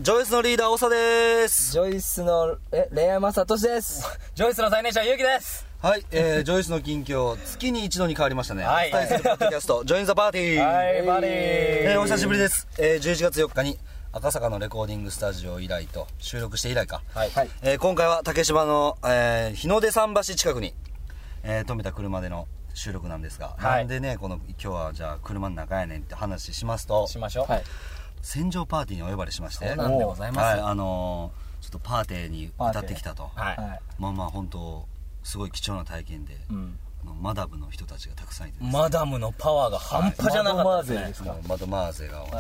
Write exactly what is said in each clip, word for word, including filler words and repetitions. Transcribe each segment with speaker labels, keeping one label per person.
Speaker 1: ジョイスのリーダー長です。
Speaker 2: ジョイスのえレアマサトシです。
Speaker 3: ジョイスの最年少ゆうきです。
Speaker 1: はい、えー、ジョイスの近況月に一度に変わりましたね。
Speaker 3: はい、
Speaker 1: お伝えするポッドキャストジョインザパーティー。
Speaker 3: はいパーティー、
Speaker 1: えー、お久しぶりです。えー、じゅういちがつよっかに赤坂のレコーディングスタジオ以来と収録して以来か、
Speaker 3: はい、
Speaker 1: えー、今回は竹芝の、えー、日の出桟橋近くに、えー、止めた車での収録なんですが、はい、なんでねこの今日はじゃあ車の中やねんって話しますと
Speaker 3: しましょう。
Speaker 2: はい、
Speaker 1: 戦場パーティーにお呼ばれしまして、
Speaker 3: そうなんでございます。
Speaker 1: はい、あのー、ちょっとパーティーに歌ってきたと、
Speaker 3: はい、
Speaker 1: まあまあ本当すごい貴重な体験で、うん、あのマダムの人たちがたくさんいて、
Speaker 3: マダムのパワーが半端じゃなかったですね。
Speaker 1: マドマーゼが、はい、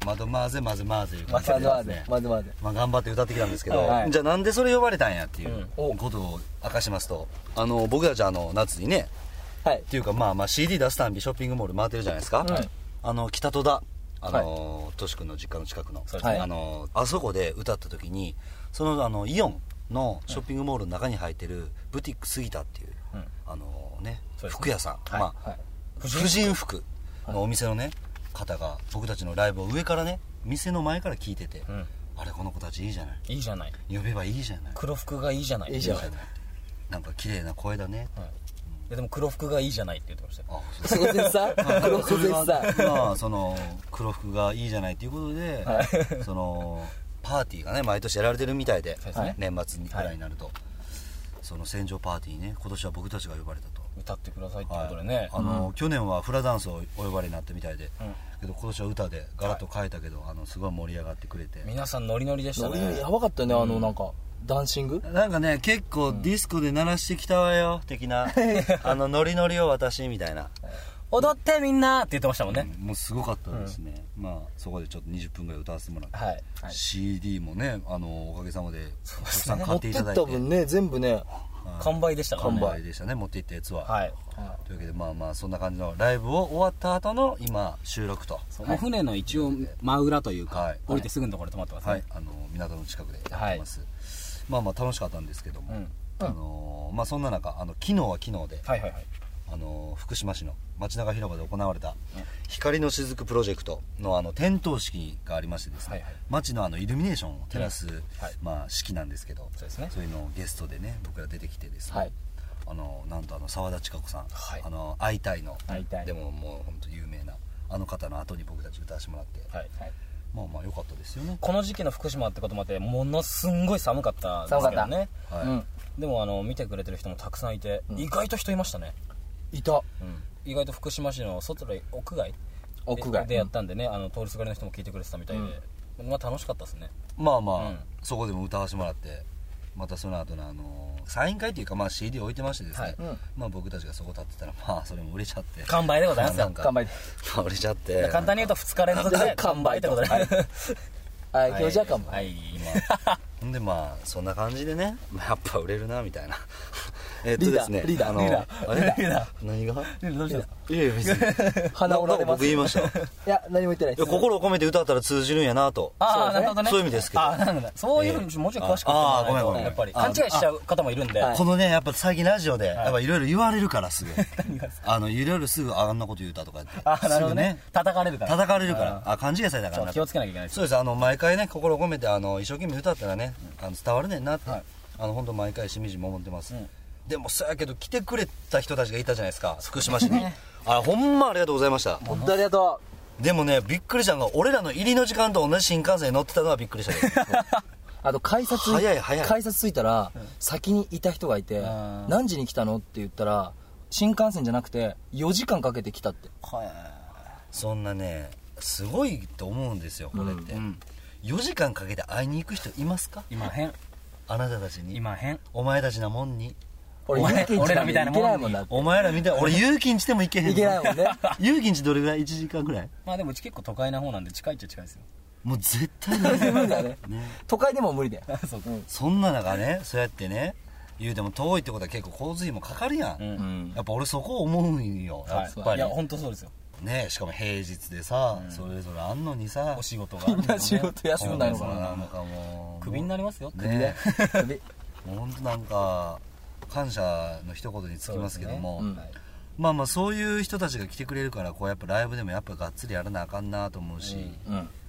Speaker 1: マドマーゼマゼマーゼいう
Speaker 2: 感じでですね、マドマーゼ、
Speaker 1: まあ、頑張って歌ってきたんですけど、はい、じゃあなんでそれ呼ばれたんやっていうことを明かしますと、あの僕たちあの夏にね、はい、っていうかまあまあ シーディー 出すたんびショッピングモール回ってるじゃないですか、はい、あの北戸田あの、はい、トシ君の実家の近くの、はい、あのあそこで歌った時にそのあのイオンのショッピングモールの中に入ってるブティック杉田っていう、うん、あのね、服屋さん、はい、まあ、はい、婦人服のお店のね方が僕たちのライブを上からね店の前から聞いてて、うん、あれこの子たちいいじゃない、
Speaker 3: いいじゃない、
Speaker 1: 呼べばいいじゃない、
Speaker 3: 黒服がいいじゃない、
Speaker 2: いいじゃない、
Speaker 1: なんか綺麗な声だね、はい、
Speaker 3: でも黒服がいいじゃないって言ってましたよ。
Speaker 2: あ、そうですさ黒服ですさ
Speaker 1: まあその黒服がいいじゃないっていうことで、はい、そのパーティーがね毎年やられてるみたいで、はい、年末にくらいになると、はい、その戦場パーティーにね今年は僕たちが呼ばれたと、
Speaker 3: 歌ってくださいってことでね、はい、
Speaker 1: あの、うん、去年はフラダンスをお呼ばれになったみたいで、うん、けど今年は歌でガラッと変えたけど、はい、あのすごい盛り上がってくれて、
Speaker 3: 皆さんノリノリでしたね。
Speaker 2: ノリノリやばかったね、うん、あのなんかダンシング
Speaker 1: なんかね結構ディスコで鳴らしてきたわよ、うん、的なあのノリノリを私みたいな
Speaker 3: 踊ってみんなって言ってましたもんね、
Speaker 1: うん、もうすごかったですね、うん、まあそこでちょっとにじゅっぷんぐらい歌わせてもらって、はいはい、シーディー もねあのおかげさまでたくさん買っていただいて、
Speaker 2: 持ってった分ね全部ね、はい、
Speaker 3: 完売でしたからね。
Speaker 1: 完売でしたね、持っていったやつは、
Speaker 3: はい、
Speaker 1: というわけでまあまあそんな感じのライブを終わった後の今収録と、
Speaker 3: その船の一応真裏というか、はい、降りてすぐのところで止まってますね、
Speaker 1: はい、あの港の近くでやってます、はい、まあまあ楽しかったんですけども、うん、あのー、まあそんな中あの昨日は昨日で、はいはいはい、あのー、福島市の街中広場で行われた、うん、光の雫プロジェクトのあの点灯式がありましてですね、はいはい、街のあのイルミネーションを照らす、うん、はい、まあ式なんですけど、そうですね、そういうのをゲストでね僕ら出てきてですね、はい、あのなんとあの沢田千佳子さん、はい、あの会いたいのでももう本当有名なあの方の後に僕たち歌わせてもらって、はいはい、まあまあ良かったですよね。
Speaker 3: この時期の福島ってこともあってものすんごい寒かったんですけどね、はい、うん、でもあの見てくれてる人もたくさんいて、うん、意外と人いましたね。
Speaker 2: いた、
Speaker 3: うん、意外と福島市の外で屋外
Speaker 2: 屋外
Speaker 3: で, でやったんでね、あの通りすがりの人も聞いてくれてたみたいで、うん、まあ楽しかったですね。
Speaker 1: まあまあ、うん、そこでも歌わせてもらって、またその後のあのサイン会というかまあ シーディー 置いてましてですね、はい、うん、まあ僕たちがそこ立ってたらまあそれも売れちゃって
Speaker 3: 完売でございますよ。
Speaker 2: 完売で、
Speaker 1: まあ、売れちゃって
Speaker 3: 簡単に言うとふつか連続で完売ってことで、はい、
Speaker 2: はい、今日じゃ完売、
Speaker 3: はい、
Speaker 1: 今んでまあそんな感じでねやっぱ売れるなみたいなえっとですね、
Speaker 2: リーダー、
Speaker 1: あの
Speaker 2: リーダ
Speaker 1: ー、リーダー、何が？
Speaker 3: リーダーどうしたんですか？
Speaker 1: いやいや別に
Speaker 2: 鼻折られます。
Speaker 1: 僕言いました。い
Speaker 2: や何も言ってないです。
Speaker 1: 心を込めて歌ったら通じるんやなと。
Speaker 3: ああ、なるほどね。
Speaker 1: そういう意味ですけど。
Speaker 3: ああ、なるほど。そういうふうにもうちょい詳しく言ってもらえないと。
Speaker 1: ああ、ごめんごめん。
Speaker 3: やっぱり勘違いしちゃう方もいるんで。
Speaker 1: このねやっぱ最近ラジオでやっぱいろいろ言われるからすぐ。あのいろいろすぐあんなこと言うたとか言って。
Speaker 3: ああ、なるほどね。叩かれるから。
Speaker 1: 叩かれるから。あ、勘違いされたから。
Speaker 3: 気をつけなきゃいけないです。
Speaker 1: そうです。あの毎回ね心を込めてあの一生懸命歌ったらねあの伝わるねんなって。あの本当毎回しみじみ思ってます。でもそうやけど来てくれた人たちがいたじゃないですか、福島市に。あ、ほんまありがとうございました。
Speaker 2: 本当ありがと
Speaker 1: う。でもねびっくりしたのが俺らの入りの時間と同じ新幹線に乗ってたのはびっくりしたけど
Speaker 2: あと改札
Speaker 1: 早い早い
Speaker 2: 改札着いたら先にいた人がいて、何時に来たのって言ったら新幹線じゃなくてよじかんかけて来たって。
Speaker 1: そんなねすごいと思うんですよこれって、うんうん、よじかんかけて会いに行く人いますか？
Speaker 3: いまへん。
Speaker 1: あなたたちに、
Speaker 3: いまへん。
Speaker 1: お前たちなもんに。
Speaker 2: 俺俺らみたいなもんに。
Speaker 1: お前らみたいな俺有機んちでも行けへん。
Speaker 2: 行けないもんね。
Speaker 1: 有機んちどれぐらいいちじかんぐらい？
Speaker 3: まあでもうち結構都会な方なんで近いっちゃ近いですよ。
Speaker 1: もう絶対無理
Speaker 2: だね。都会でも無理だよ。
Speaker 1: そんな中ねそうやってね言うても遠いってことは結構交通費もかかるやん、うん、やっぱ俺そこ思うんよやっぱり、はい、いや
Speaker 3: 本当そうですよ
Speaker 1: ね。しかも平日でさ、うん、それぞれあんのにさ
Speaker 3: お仕事があるのに、ね、
Speaker 2: みんな仕事休んだのかな。
Speaker 1: なんかもう
Speaker 3: クビになりますよ
Speaker 1: ね。もうほんとなんか感謝の一言につきますけども、ね、うん、まあまあそういう人たちが来てくれるからこうやっぱライブでもやっぱがっつりやらなあかんなと思うし、うんうん、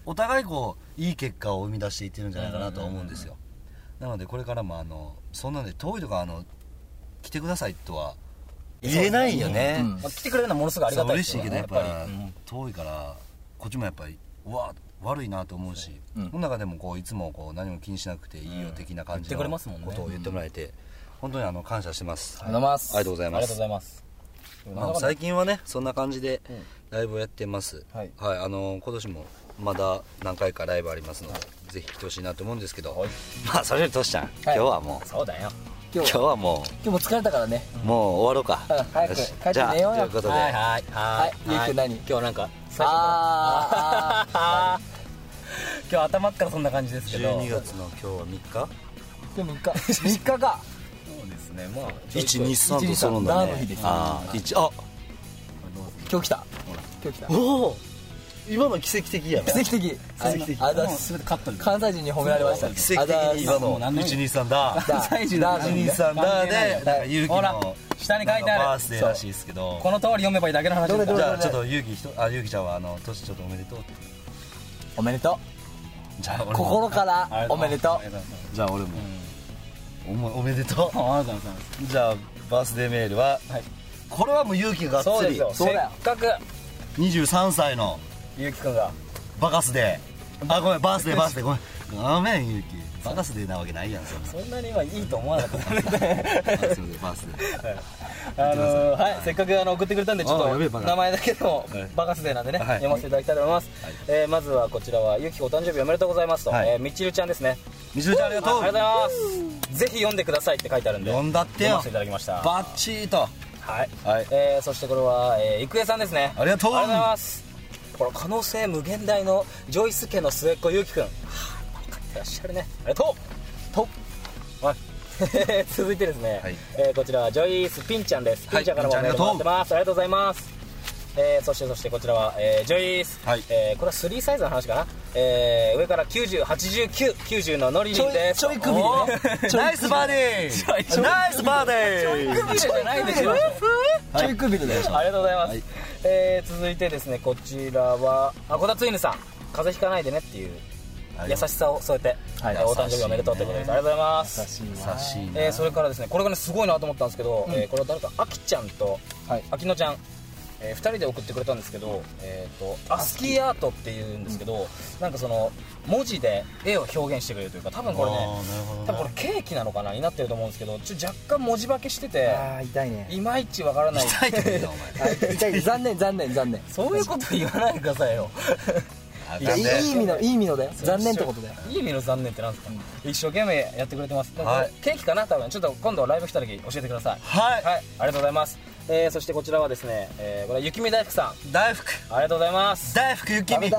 Speaker 1: お互いこういい結果を生み出していってるんじゃないかなと思うんですよ。なのでこれからもあのそんなで遠いとかあの来てくださいとは言えないよね、うん
Speaker 3: まあ、来てくれるのはものすごいありがたいですよね。
Speaker 1: 嬉しいけどやっぱり、うん、遠いからこっちもやっぱりうわ悪いなと思うし、うん、その中でもこういつもこう何も気にしなくていいよ的な感じのことを言ってもらえて本当にあの感謝してます。
Speaker 2: ありがとうございます。
Speaker 1: ありがとうございます。
Speaker 3: ありがとうございます。
Speaker 1: まあ、最近はねそんな感じでライブをやってます、うん、はい、はい、あの今年もまだ何回かライブありますので、はい、ぜひ来てほしいなと思うんですけど、はい、まあそれよりトシちゃん、はい、今日はもう
Speaker 3: そうだよ
Speaker 2: 今日
Speaker 1: はもう
Speaker 2: 今日も疲れたからね、
Speaker 1: もう終わろうか、
Speaker 2: うん、早く帰って寝ようよ。
Speaker 1: ということで、
Speaker 3: はいはい
Speaker 2: はいはいゆうきくん何
Speaker 3: 今日なんか
Speaker 2: ああ
Speaker 3: 今日頭っからそんな感じですけど
Speaker 1: じゅうにがつの今日はみっか
Speaker 2: 今日みっかみっかか
Speaker 3: そうですね。まあ
Speaker 1: いちにさんと揃うんだね。ああいちあ
Speaker 2: 今日来た今日来た
Speaker 1: おお今の奇跡的やな。
Speaker 2: 奇跡的。
Speaker 1: 奇跡的。
Speaker 2: あだ関西人に褒められました。
Speaker 1: 奇跡的に今のいちにさんだ
Speaker 2: 関西人だ
Speaker 1: いちにさんだで勇気の
Speaker 3: 下に書いてある
Speaker 1: バースデーらしいですけど、
Speaker 3: この通り読めばいいだけの話です。
Speaker 1: じゃあちょっと勇気あ勇気ちゃんはあの年ちょっとおめでとう。
Speaker 2: おめでとう。
Speaker 1: じゃあ
Speaker 2: 心からおめでと
Speaker 1: う。じゃあ俺もおおめでとう。じゃあバースデーメールはこれはもう勇気ががっつり。
Speaker 3: せっかく
Speaker 1: にじゅうさんさいの
Speaker 3: ゆうきくんが
Speaker 1: バカスデー、あごめんバースデーバースデーごめんごめんゆうきバカスデーなわけないやん。
Speaker 3: そんなにはいいと思わなかった。すいません
Speaker 1: バースデー。
Speaker 3: あのはいせっかくあの送ってくれたんでちょっと名前だけでもバカスデーなんでね読ませていただきたいと思います。えまずはこちらはゆうきくんお誕生日おめでとうございますとみちるちゃんですね。
Speaker 1: みちるちゃんありがとう。
Speaker 3: ありがとうございます。ぜひ読んでくださいって書いてあるんで
Speaker 1: 読んだってよ。
Speaker 3: 読ませていただきました。
Speaker 1: バッチリと。
Speaker 3: はい、はいえー、そしてこれは、えー、郁恵さんですね。
Speaker 1: ありがとう。
Speaker 3: ありがとうございます。この可能性無限大のジョイス家の末っ子ゆうきくん、はあ、分かってらっしゃるね。ありがとうと、はい、続いてですね、はいえー、こちらはジョイスピンちゃんです。ピンちゃんからもメールもらってます。ありがとうございます。えー、そしてそしてこちらは、えー、ジョイス、はいえー、これはスリーサイズの話かな、えー、上からきゅうじゅう、はちじゅうきゅう、きゅうじゅうのノリリンです。
Speaker 2: ちょい首でね
Speaker 1: ナイスバディナイスバディ
Speaker 3: ちょい首でじゃないですよ。
Speaker 2: ちょい首でね。
Speaker 3: ありがとうございます、はいえー、続いてですねこちらはあこたつ犬さん、風邪ひかないでねっていう優しさを添えて、はい、お誕生日おめでとうということです。ありがとうございます。
Speaker 2: 優しい
Speaker 1: な。優しいな。
Speaker 3: えー、それからですねこれがねすごいなと思ったんですけど、うんえー、これは誰かあきちゃんと、はい、あきのちゃんえー、ふたりで送ってくれたんですけど、えー、とアスキーアートっていうんですけど、うん、なんかその文字で絵を表現してくれるというか、多分これね多分これケーキなのかなになってると思うんですけど、ちょ若干文字化けしてて
Speaker 2: あ痛いね、
Speaker 3: いまいちわからない。
Speaker 1: 痛いと言うなお前
Speaker 2: 痛い残念残念残念
Speaker 3: そういうこと言わないでくださいよ。
Speaker 2: いやいい意味のいい意味のだよ、残念ってことだよ。
Speaker 3: いい意味の残念ってなんですか、うん、一生懸命やってくれてます。はい、ケーキかな多分。ちょっと今度ライブ来た時教えてください。
Speaker 1: はい、
Speaker 3: はい、ありがとうございます。えー、そしてこちらはですね、えー、これは雪見大福さ
Speaker 1: ん。大福
Speaker 3: ありがとうございます。
Speaker 1: 大福雪見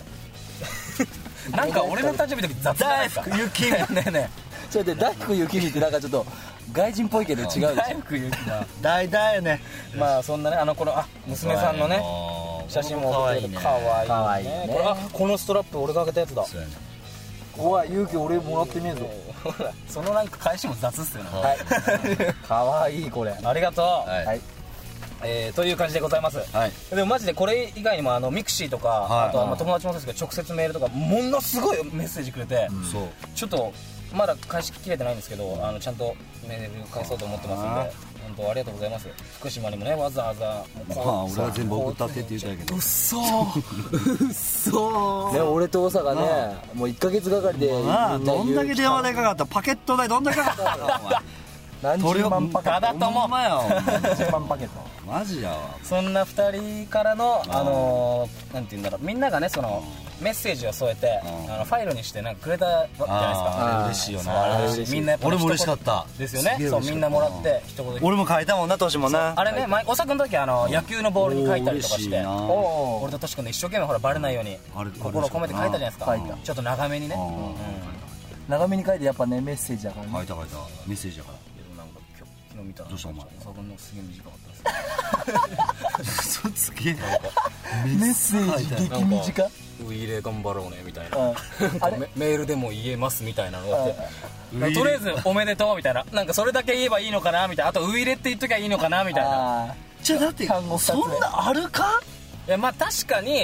Speaker 3: なんか俺の誕生日の時雑じゃないですか。
Speaker 1: 大福雪見
Speaker 3: ねえね
Speaker 2: えちょっと大福雪見ってなんかちょっと外人っぽいけど違うでしょ。
Speaker 3: 大福雪見
Speaker 1: 大だよね。
Speaker 3: まあそんなねあのこのあ娘さんのね写真も送ってくれてかわいいね。これあこのストラップ俺があげたやつだ。
Speaker 2: おい勇気俺もらってみえぞ。
Speaker 3: ほらそのなんか返しも雑っすよね。
Speaker 2: はいかわいいこれ。
Speaker 3: ありがとう。
Speaker 2: はい
Speaker 3: えー、という感じでございます、はい、でもマジでこれ以外にもあのミクシーとか、はい、あとはまあ友達もそうですけど直接メールとかものすごいメッセージくれて、うん、ちょっとまだ返しきれてないんですけどあのちゃんとメール返そうと思ってますんで本当ありがとうございます。福島にもねわざわざ
Speaker 1: まあ俺は全部送ったってって言ったけどうっ
Speaker 3: そーうっそー
Speaker 2: ね俺と大阪ねもういっかげつがかりで
Speaker 1: どんだけ電話代かかったパケット代どんだけかかったのお前
Speaker 2: 何十万パケット。
Speaker 3: ただとも
Speaker 2: 何十万パケット
Speaker 1: マジやわ。
Speaker 3: そんなふたりからのあのー、なんて言うんだろうみんながねそのメッセージを添えてあのファイルにしてなんかくれたじゃないですか。
Speaker 1: あ嬉しいよな。
Speaker 3: みんなやっぱ
Speaker 1: 俺も嬉しかった
Speaker 3: ですよね。そうみんなもらって一言
Speaker 1: 俺も書いたもんなトシもな。
Speaker 3: あれねおさくんの時あの野球のボールに書いたりとかして俺とトシ君で一生懸命ほらバレないように心を込めて書いたじゃないですか。ちょっと長めにね
Speaker 2: 長めに書いてやっぱねメッセージだからね。
Speaker 1: 書いた書いたメッセージだから。
Speaker 3: 昨日見たら
Speaker 1: どうしたお前
Speaker 3: そこのすげえ短かったです
Speaker 1: 嘘つけ
Speaker 2: メッセージ激短
Speaker 3: ウイイレ頑張ろうねみたいなあれメールでも言えますみたいなのがあってとりあえずおめでとうみたいななんかそれだけ言えばいいのかなみたいなあとウイイレって言っときゃいいのかなみたいな。
Speaker 1: じゃあだってそんなあるか。
Speaker 3: いやまあ確かに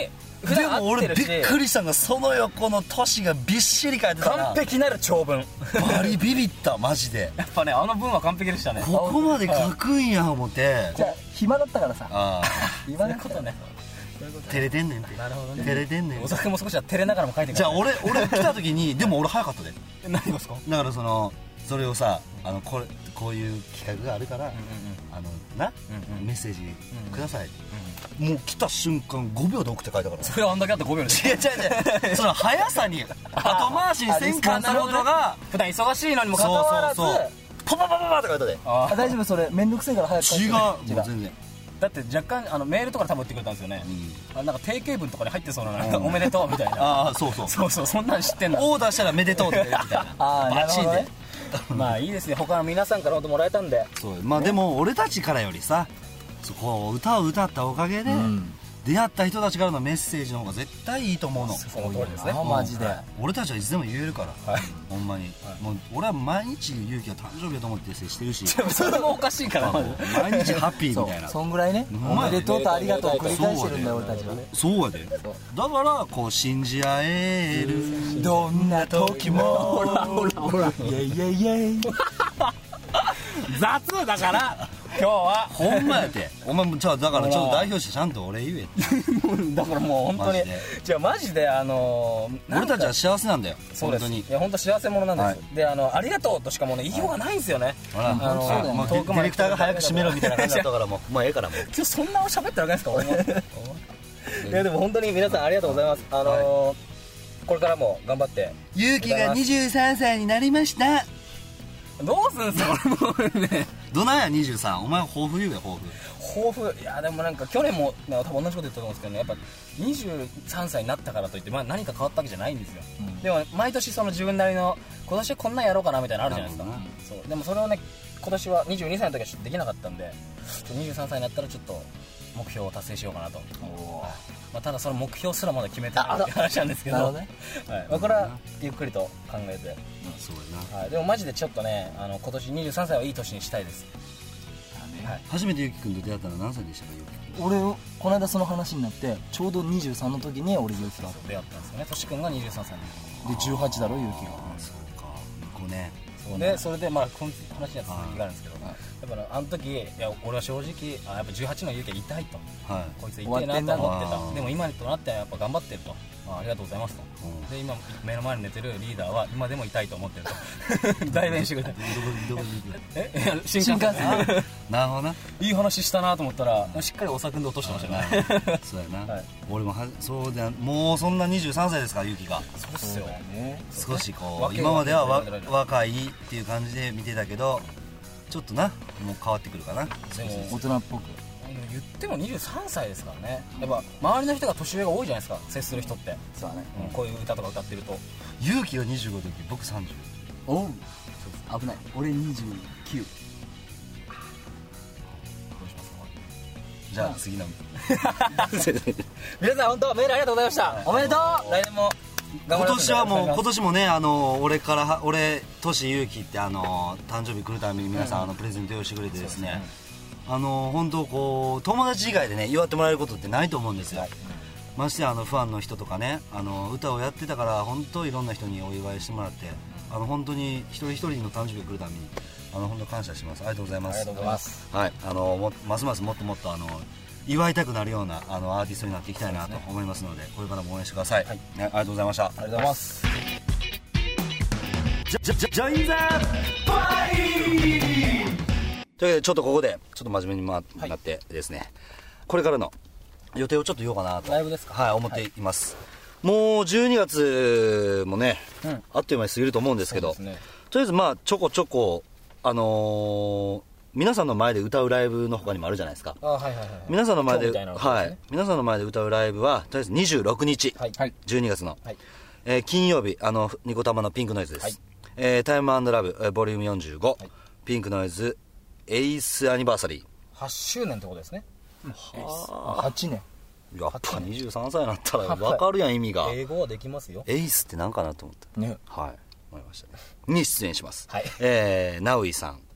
Speaker 3: 普段会ってるし。
Speaker 1: でも俺びっくりしたのがその横の年がびっしり書いてたな。
Speaker 3: 完璧なる長文。
Speaker 1: バリビビったマジで。
Speaker 3: やっぱね、あの文は完璧でしたね。
Speaker 1: ここまで書くんや思って。
Speaker 2: じゃあ暇だったからさ。
Speaker 3: ああ、暇なことね。
Speaker 1: 照れてんねんって。
Speaker 3: なるほどね。
Speaker 1: 照れてんねん。
Speaker 3: お酒も少しは照れながらも書いてくる。
Speaker 1: じゃあ俺俺来た時にでも俺早かったで。
Speaker 3: 何ですか？
Speaker 1: だからそのそれをさ、あのこれこういう企画があるから、あのなメッセージください。もう来た瞬間ごびょうで送って書いたから。
Speaker 3: それはあんだけあってごびょうで。
Speaker 1: 違う違う違う。その速さに後回しにせんかったことが
Speaker 3: 普段忙しいのにもかかわらず
Speaker 1: パパパパパって書いたで。
Speaker 2: あ、大丈夫、それめんどくせえから早く書いて。
Speaker 1: 違う、もう全然。
Speaker 3: だって若干あのメールとかで多分打ってくれたんですよね、うん、なんか定型文とかに入ってそうな、なんかおめでとうみたいな。
Speaker 1: ああ、そうそう
Speaker 3: そうそう、そんなん知ってんだ。
Speaker 1: オーダーしたらめでとうってみたいな。
Speaker 2: ああ、なるほどね。
Speaker 3: まあいいですね、他の皆さんから本当もらえたんで。
Speaker 1: そう、まあでも俺たちからよりさ、そこ歌を歌ったおかげで、うん、出会った人たちからのメッセージの方が絶対いいと思うの。
Speaker 3: その通りですね。
Speaker 2: マジで
Speaker 1: 俺たちはいつでも言えるから、はい、ほんまに、はい、もう俺は毎日勇気が誕生日だと思って接してるし。
Speaker 3: それもおかしいから毎
Speaker 1: 日ハッピーみたいな。
Speaker 2: そ, そんぐらいね、おめでとうとありがとうを繰り返してるんだよ俺たちは。
Speaker 1: そうやで。だからこう信じ合える、
Speaker 2: どんな時もほらほらほらイェイイェイイェイ。
Speaker 3: 雑だから今日は
Speaker 1: ほんまやて。お前じゃあだからちょっと代表してちゃんと俺言えって。
Speaker 3: だからもう本当にじゃあマジであの
Speaker 1: 俺たちは幸せなんだよ。
Speaker 3: そうです。いや本当幸せ者なんです。であのありがとうとしかもうね言いようがないんですよね。
Speaker 1: ほら、あのディレクターが早く締めろみたいな感じだったからもうもうええからもう。
Speaker 3: 今日そんな喋ってるわけですか俺も。いやでも本当に皆さんありがとうございます。あのこれからも頑張って。
Speaker 1: 勇気がにじゅうさんさいになりました。
Speaker 3: どうすんすか俺もね。
Speaker 1: どないやにじゅうさん。お前抱負言うや抱負。
Speaker 3: 抱負、いやでもなんか去年も多分同じこと言ったと思うんですけどね、やっぱにじゅうさんさいになったからといって、まあ、何か変わったわけじゃないんですよ、うん、でも毎年その自分なりの今年はこんなんやろうかなみたいなのあるじゃないですか、そうでもそれをね今年はにじゅうにさいの時はちょっとできなかったんで、にじゅうさんさいになったらちょっと目標を達成しようかなと。まあ、ただその目標すらまだ決めてないって話なんですけど、なるほどね、はい、まあ、これはゆっくりと考えて、
Speaker 1: うん、そうやな、
Speaker 3: はい、でもマジでちょっとねあの今年にじゅうさんさいはいい年にしたいです。
Speaker 1: はい、初めてゆきくんと出会ったのは何歳でしたか？ゆき
Speaker 2: くん、俺この間その話になってちょうどにじゅうさんの時に俺ゆきと
Speaker 3: 出会ったんですよね。としくんがにじゅうさんさい
Speaker 2: の時でじゅうはちだろゆきが。
Speaker 1: そうか、ごねん
Speaker 3: でそれでまあこの話には続きがあるんですけど、はい、だからあの時いや俺は正直あやっぱじゅうはちの勇気は痛いと、はい、こいつ痛いなと思ってた。でも今となってはやっぱ頑張ってると、あ, ありがとうございますと、うん、で今目の前に寝てるリーダーは今でも痛いと思ってると。代弁してくれた。え新幹線
Speaker 1: なるほどな。
Speaker 3: いい話したなと思ったらしっかりお酒で落としてましたね。
Speaker 1: そうやな、はい、俺もはそうでもうそんなにじゅうさんさいですからゆきが。
Speaker 3: そうっすよね。
Speaker 1: 少しこう今まではわ若いっていう感じで見てたけどちょっとなもう変わってくるかな。で
Speaker 2: も大人っぽく
Speaker 3: 言ってもにじゅうさんさいですからね。やっぱ周りの人が年上が多いじゃないですか、接する人って。そうだね、うん、こういう歌とか歌ってると。
Speaker 1: 勇気がにじゅうごの時僕さんじゅう。
Speaker 2: おう危ない。俺にじゅうきゅう。ど
Speaker 1: うしますか。じゃあ次の
Speaker 3: 皆さん本当メールありがとうございました、はい、おめでとう。来年も
Speaker 1: 今年はもう今年もねあの俺から俺トシ勇気ってあの誕生日来るために皆さん、うん、あのプレゼント用意してくれてですね、あの本当こう友達以外でね祝ってもらえることってないと思うんですよ、はい、ましてあのファンの人とかねあの歌をやってたから本当いろんな人にお祝いしてもらってあの本当に一人一人の誕生日が来るためにあの本当感謝します。ありがとうございます。
Speaker 3: ありがとうございます。
Speaker 1: はい、あのもますますもっともっとあの祝いたくなるようなあのアーティストになっていきたいなと思いますので、これからも応援してください、はい、ね、ありがとうございました。
Speaker 3: ありがとうございます。
Speaker 1: ジャジャジャインザバイというわけでちょっとここでちょっと真面目になってですね、はい、これからの予定をちょっと言おうかなと
Speaker 3: ライブですか、
Speaker 1: はい、思っています、はい、もうじゅうにがつもね、うん、あっという間に過ぎると思うんですけど、ね、とりあえずまあちょこちょこあのー、皆さんの前で歌うライブの他にもあるじゃないですか。あ、はいはいはい、皆さんの前で、ね、はい、皆さんの前で歌うライブはとりあえずにじゅうろくにち、はい、じゅうにがつの、はい、えー、金曜日あのニコタマのピンクノイズです、はい、えー、タイム&ラブ、えー、ボリュームよんじゅうご、はい、ピンクノイズエイスアニバーサリー
Speaker 3: はちしゅうねんってことですね。
Speaker 2: はちね
Speaker 1: ん。やっぱにじゅうさんさいになったら分かるやん意味が。
Speaker 3: 英語はできますよ。
Speaker 1: エイスって何かなと思ったね。はい、思いましたね。に出演します、
Speaker 3: はい、
Speaker 1: えー、ナウイさん、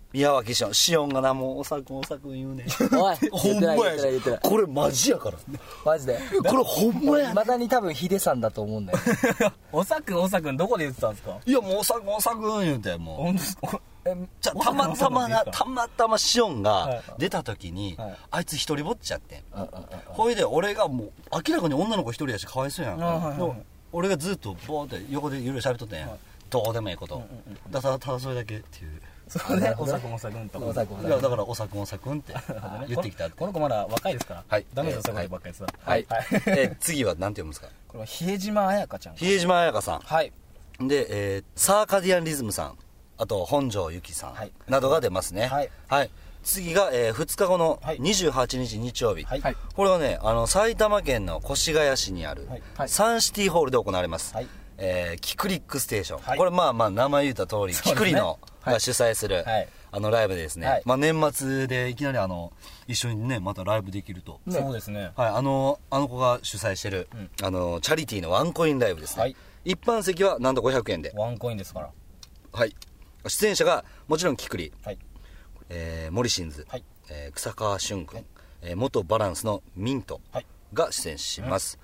Speaker 1: 宮脇しおんしおんがなもうおさくんおさくん言うね
Speaker 2: おい
Speaker 1: ほんまやしこれマジやから
Speaker 2: マジで
Speaker 1: これほんまや
Speaker 2: まだに多分ヒデさんだと思うんだよ
Speaker 3: おさくんおさくんどこで言ってたんですか？
Speaker 1: いやもうおさくんおさくん言うてもう
Speaker 3: 本当ですか？
Speaker 1: じゃたまたまなたまたましおんが出た時に、はい、あいつ一人ぼっちやってん、はい、ほいで俺がもう明らかに女の子一人やしかわいそうやん、はいはい、俺がずっとボーって横でいろいろ喋っとったんや、はい、どうでもいいこと、うんうんうん、だからただそれだけっていう
Speaker 3: そうね、おさくんおさくんとか
Speaker 1: いやだからおさくんおさくんって言ってきたって
Speaker 3: この子まだ若いですからはいダメですよそういうことばっかりです
Speaker 1: はい、はいはいえ次は何て読むんですか？
Speaker 3: これは比江島彩香ちゃん
Speaker 1: 比江島彩香さん
Speaker 3: はい
Speaker 1: で、えー、サーカディアンリズムさんあと本庄由紀さんなどが出ますねはい、はい、次が、えー、ふつかごのにじゅうはちにち日曜日、はい、これはねあの埼玉県の越谷市にあるサンシティホールで行われます、はいえー、キクリックステーション、はい、これまあまあ名前言った通り、ね、キクリのが主催する、はい、あのライブでですね、はい、まあ年末でいきなりあの一緒にねまたライブできると、
Speaker 3: ね、そうですね
Speaker 1: はいあのあの子が主催してる、うん、あのチャリティーのワンコインライブですね、はい、一般席はなんとごひゃくえんで
Speaker 3: ワンコインですから
Speaker 1: はい出演者がもちろんキクリ、はいえー、モリシンズ、はいえー、草川俊君、はいえー、元バランスのミントが出演します、はい、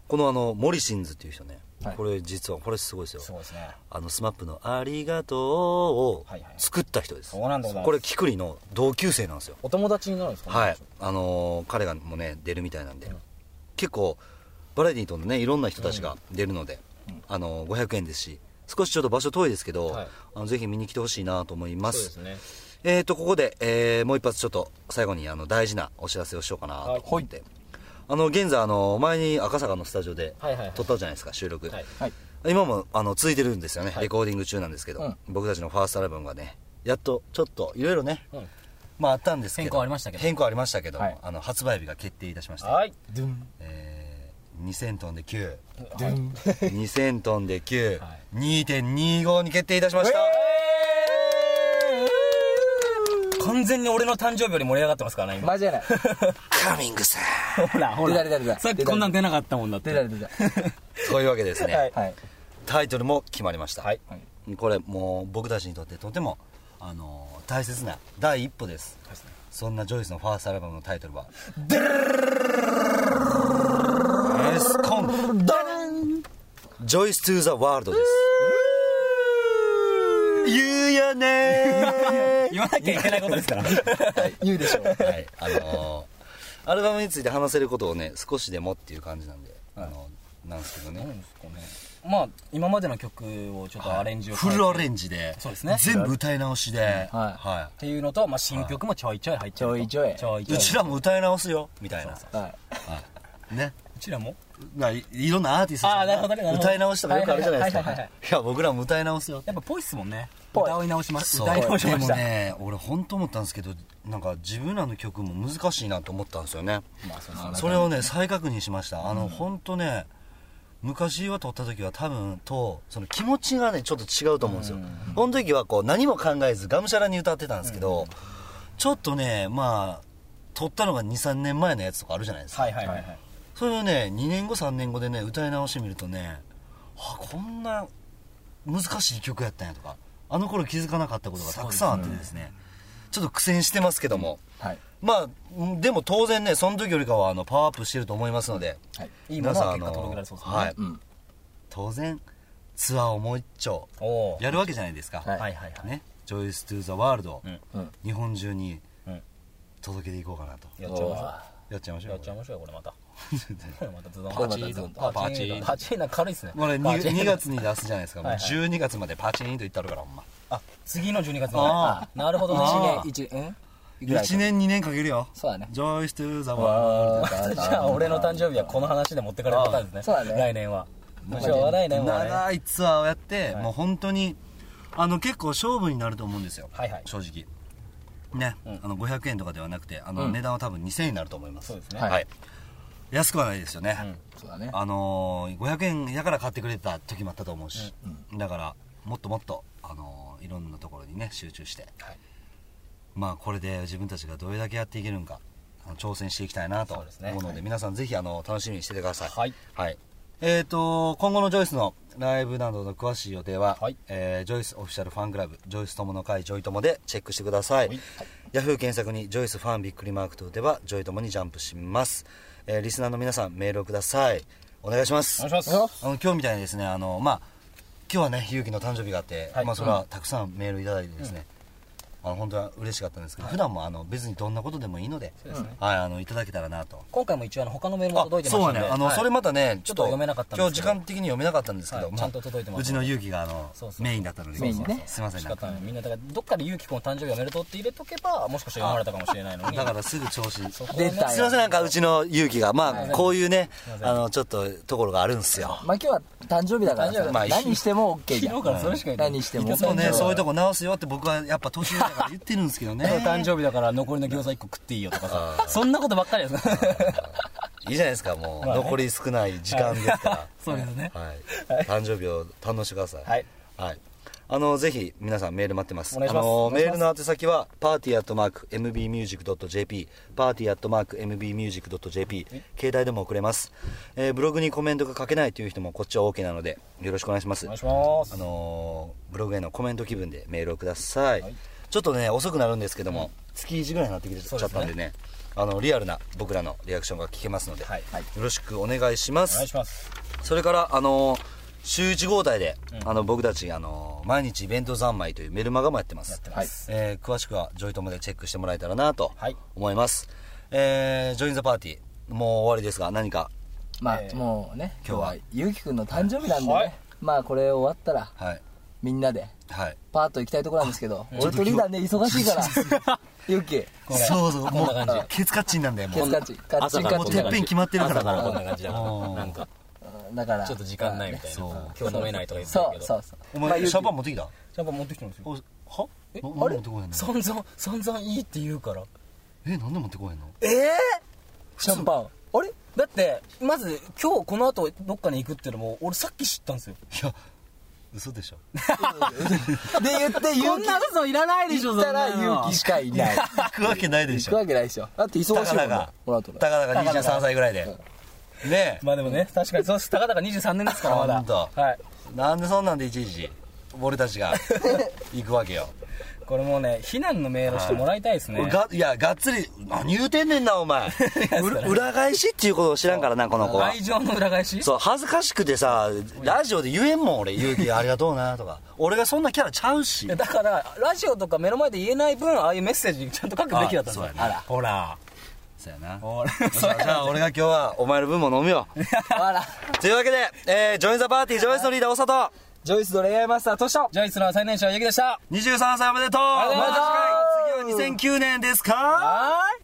Speaker 1: このあのモリシンズっていう人ね、はい、これ実はこれすごいですよ。
Speaker 3: そうですね。
Speaker 1: あのスマップのありがとうを作った人です。はいはい、そうなんだ。これキクリの同級生なんですよ。
Speaker 3: お友達になるんですかね。
Speaker 1: はい。あのー、彼がもね出るみたいなんで、うん、結構バラエティーとねいろんな人たちが出るので、うん、あのー、ごひゃくえんですし、少しちょっと場所遠いですけど、はい、あのぜひ見に来てほしいなと思います。そうですね。えーとここで、えー、もう一発ちょっと最後にあの大事なお知らせをしようかなと思って。はい、あの現在あの前に赤坂のスタジオで撮ったじゃないですか、収録、はいはい、今もあの続いてるんですよね、はい、レコーディング中なんですけど、うん、僕たちのファーストアルバムがねやっとちょっといろいろね、うん、まああったんですけど
Speaker 3: 変更ありましたけど
Speaker 1: 変更ありましたけど、はい、あの発売日が決定いたしました、はいえー、にせんトンできゅうにせんトンできゅう、はい、にてんにご に決定いたしました、えー
Speaker 3: 完全に俺の誕生日より盛り上がってますからね今
Speaker 2: マジやない
Speaker 1: カミングさ
Speaker 3: んほらほらさっきこんなん出なかったもんだって出た出た
Speaker 1: そういうわけですね、はい、タイトルも決まりました、はい、これもう僕たちにとってとてもあのー、大切な第一歩です、はい、そんなジョイスのファーストアルバムのタイトルはデルエスコンジョイス・トゥ・ザ・ワールドです言うよね
Speaker 3: 言わなきゃいけないことですから、はい、
Speaker 2: 言うでしょう、
Speaker 1: はいあのー、アルバムについて話せることをね少しでもっていう感じなんで、はい、あのなんですけどね、なんですかね
Speaker 3: まあ今までの曲をちょっとアレンジを、はい、
Speaker 1: フルアレンジで
Speaker 3: そうですね
Speaker 1: 全部歌い直しで、はい
Speaker 3: はい、っていうのと、まあ、新曲もちょいちょい入ってる、
Speaker 2: はい、ちょいちょ
Speaker 1: いうちらも歌い直すよみたいな、はいはい、ね
Speaker 3: うちらも
Speaker 1: い, いろんなアーティストさんが歌い直しとかよくあるじゃないですか。いや僕らも歌い直すよ。
Speaker 3: やっぱぽいっすもんね。歌い直します。歌い直しました。
Speaker 1: でもね、俺本当思ったんですけど、なんか自分らの曲も難しいなと思ったんですよね。まあ、そ, それをね再確認しました。あの、うん、本当ね、昔は撮った時は多分とその気持ちがねちょっと違うと思うんですよ。うん、この時はこう何も考えずがむしゃらに歌ってたんですけど、うん、ちょっとねまあ撮ったのがにさんねんまえのやつとかあるじゃないですか。はいはいはいはい。それをねにねんごさんねんごでね歌い直してみるとねあこんな難しい曲やったんやとかあの頃気づかなかったことがたくさんあってですねちょっと苦戦してますけども、はい、まあでも当然ねその時よりかはあのパワーアップしてると思いますので、はい、
Speaker 3: いいものは結果届けられそうですね、はいうん、
Speaker 1: 当然ツアーをもう一丁やるわけじゃないですか、はいはいはいね、ジョイス・トゥ・ザ・ワールドを日本中に届けていこうかなと、
Speaker 3: やっちゃいましょう
Speaker 1: やっちゃいましょう
Speaker 3: やっちゃいましょうよこれまたまたズドン
Speaker 1: パチーンと
Speaker 3: パチーンパチーンな軽いっすね
Speaker 1: これ 2, にがつに出すじゃないですかもうじゅうにがつまでパチーンといったるからほんま
Speaker 3: あ次のじゅうにがつまでなるほどいちねん
Speaker 1: いちねんにねんかけるよ
Speaker 3: そうだね
Speaker 1: ジョイス・トゥ・ザ・ワールド
Speaker 3: じゃあ俺の誕生日はこの話で持ってかれるパターンですねそうだね来年は来年は
Speaker 1: 長いツアーをやってもう本当にあの結構勝負になると思うんですよ正直ね、うん、あのごひゃくえんとかではなくてあの値段は多分にせんえんになると思います、そうですね、はい、安くはないですよね、うん、そうだねあのー、ごひゃくえんやから買ってくれてた時もあったと思うし、うんうん、だからもっともっと、あのー、いろんなところにね集中して、はい、まあこれで自分たちがどれだけやっていけるのかあの挑戦していきたいなと思うので、はい、皆さんぜひあの楽しみにしててください、はいはい、 えっと今後のジョイスのライブなどの詳しい予定は、
Speaker 3: はい
Speaker 1: えー、ジョイスオフィシャルファンクラブジョイス友の会ジョイ友でチェックしてください、はい、ヤフー検索にジョイスファンびっくりマークと打てばジョイ友にジャンプします、えー、リスナーの皆さんメールをください。お願いします。
Speaker 3: お願いします。
Speaker 1: あの今日みたいにですね、あのまあ今日はねゆうきの誕生日があって、はい、まあそれはたくさんメールいただいてですね、うん、あの本当は嬉しかったんですけど、はい、普段もあの別にどんなことでもいいので、そうですね、はい、あのいただけたらなと。
Speaker 3: 今回も一応あの他のメールも届いてましたので、
Speaker 1: そうね、あの、はい、それまたね
Speaker 3: ちょっと読めなかったんですけど、
Speaker 1: 今日時間的に読めなかったんですけど、はい、
Speaker 3: ちゃんと届いてます。
Speaker 1: うちのゆうきがあのそうそうそうメインだったので、
Speaker 2: メインね、
Speaker 1: すいません、なんか
Speaker 3: みんなだからどっかでゆうきくんの誕生日おめでとうって入れとけばもしかしたら読まれたかもしれないのに、
Speaker 1: だからすぐ調子
Speaker 2: 出たよ。
Speaker 1: すいません、なんかうちのゆうきがまあ、はい、こういうねあのちょっとところがあるんですよ。
Speaker 2: まあ今日は誕生日だからさ、まあ、何しても OK じゃん。
Speaker 3: 昨日からそれしか言ってない。
Speaker 2: 何しても
Speaker 1: そうね、そういうとこ直すよって僕はやっぱ年上だから言ってるんですけどね
Speaker 3: 誕生日だから残りの餃子いっこ食っていいよとかさ、そんなことばっかりです
Speaker 1: いいじゃないですか、もう、まあね、残り少ない時間ですから、はい、
Speaker 3: そうですね、
Speaker 1: はいはい、誕生日を堪能してください。
Speaker 3: はい、
Speaker 1: はい、あのぜひ皆さんメール待ってます。
Speaker 3: お願いします。
Speaker 1: あのメールの宛先は パーティーアットマークエムビーミュージックドットジェーピー パーティーアットマークエムビーミュージックドットジェーピー 携帯でも送れます、えー、ブログにコメントが書けないという人もこっちは OK なのでよろしくお願いします。
Speaker 3: お願いします。
Speaker 1: あのブログへのコメント気分でメールをください、はい、ちょっとね遅くなるんですけども、うん、月いちぐらいになってきてちゃったんでね、あのリアルな僕らのリアクションが聞けますので、はい、よろしくお願いします。
Speaker 3: お願いします。
Speaker 1: それからあの週いち交代で、うん、あの僕たちあの毎日イベント三昧というメルマガもやってます。やってます、えー、詳しくはジョイトモでチェックしてもらえたらなと思います、はい、えー、ジョインザパーティーもう終わりですが何か、
Speaker 2: まあ、えー、もうね今日はゆうきくんの誕生日なんでね、はい、まあこれ終わったら、はい、みんなでパーッと行きたいところなんですけど、俺とリーダーね忙しいからゆうき
Speaker 1: そうそうもうケツカッチンなんだよ。もう
Speaker 2: ケツカッチンカッチンカッチン
Speaker 1: もうてっぺん決まってるから
Speaker 3: からこんな感じだからなんか
Speaker 2: だから
Speaker 3: ちょっと時間ないみたいな、今日飲めないとか言ってるけど、
Speaker 2: そうそうそう
Speaker 1: お前シャンパン持ってきた？
Speaker 3: シャンパン持ってきたんですよ。
Speaker 1: は？
Speaker 3: えあれ散々散々いいって言うから、
Speaker 1: えなんで持ってこへんの？
Speaker 3: ええ
Speaker 2: シャンパン
Speaker 3: あれだってまず今日この後どっかに行くっていうのも俺さっき知ったんですよ。
Speaker 1: いや嘘でしょ
Speaker 2: で言って
Speaker 3: こんな嘘いらないでしょ。
Speaker 2: 言ったら勇気しかいない。
Speaker 1: 行くわけないでしょ。
Speaker 2: 行くわけないでしょ。だって忙しいもんね。た
Speaker 1: かだかにじゅうさんさいぐらいでねえ。
Speaker 3: まあでもね確かにそうたかだかにじゅうさんねんですからまだ。
Speaker 1: はい。なんでそんなんでいちいち俺たちが行くわけよ。
Speaker 3: これもうね非難のメールしてもらいたいですね。
Speaker 1: がいやがっつり何言うてんねんなお前裏返しっていうことを知らんからなこの子は。
Speaker 3: 愛情の裏返し。
Speaker 1: そう恥ずかしくてさラジオで言えんもん俺勇気ありがとうなとか俺がそんなキャラちゃうし。
Speaker 3: だからラジオとか目の前で言えない分ああいうメッセージちゃんと書くべきだったんですよ。
Speaker 1: あら
Speaker 3: ほら
Speaker 1: そうやな。じゃあ俺が今日はお前の分も飲むよというわけで、えー、ジョインザパーティージョイスのリーダーおさと
Speaker 2: ジョイスの恋愛マスタートシと
Speaker 3: ジョイスの最年少ゆきでした。
Speaker 1: にじゅうさんさいおめでとう。
Speaker 3: おめでとう。
Speaker 1: 次はにせんきゅうねんですか。
Speaker 3: はい。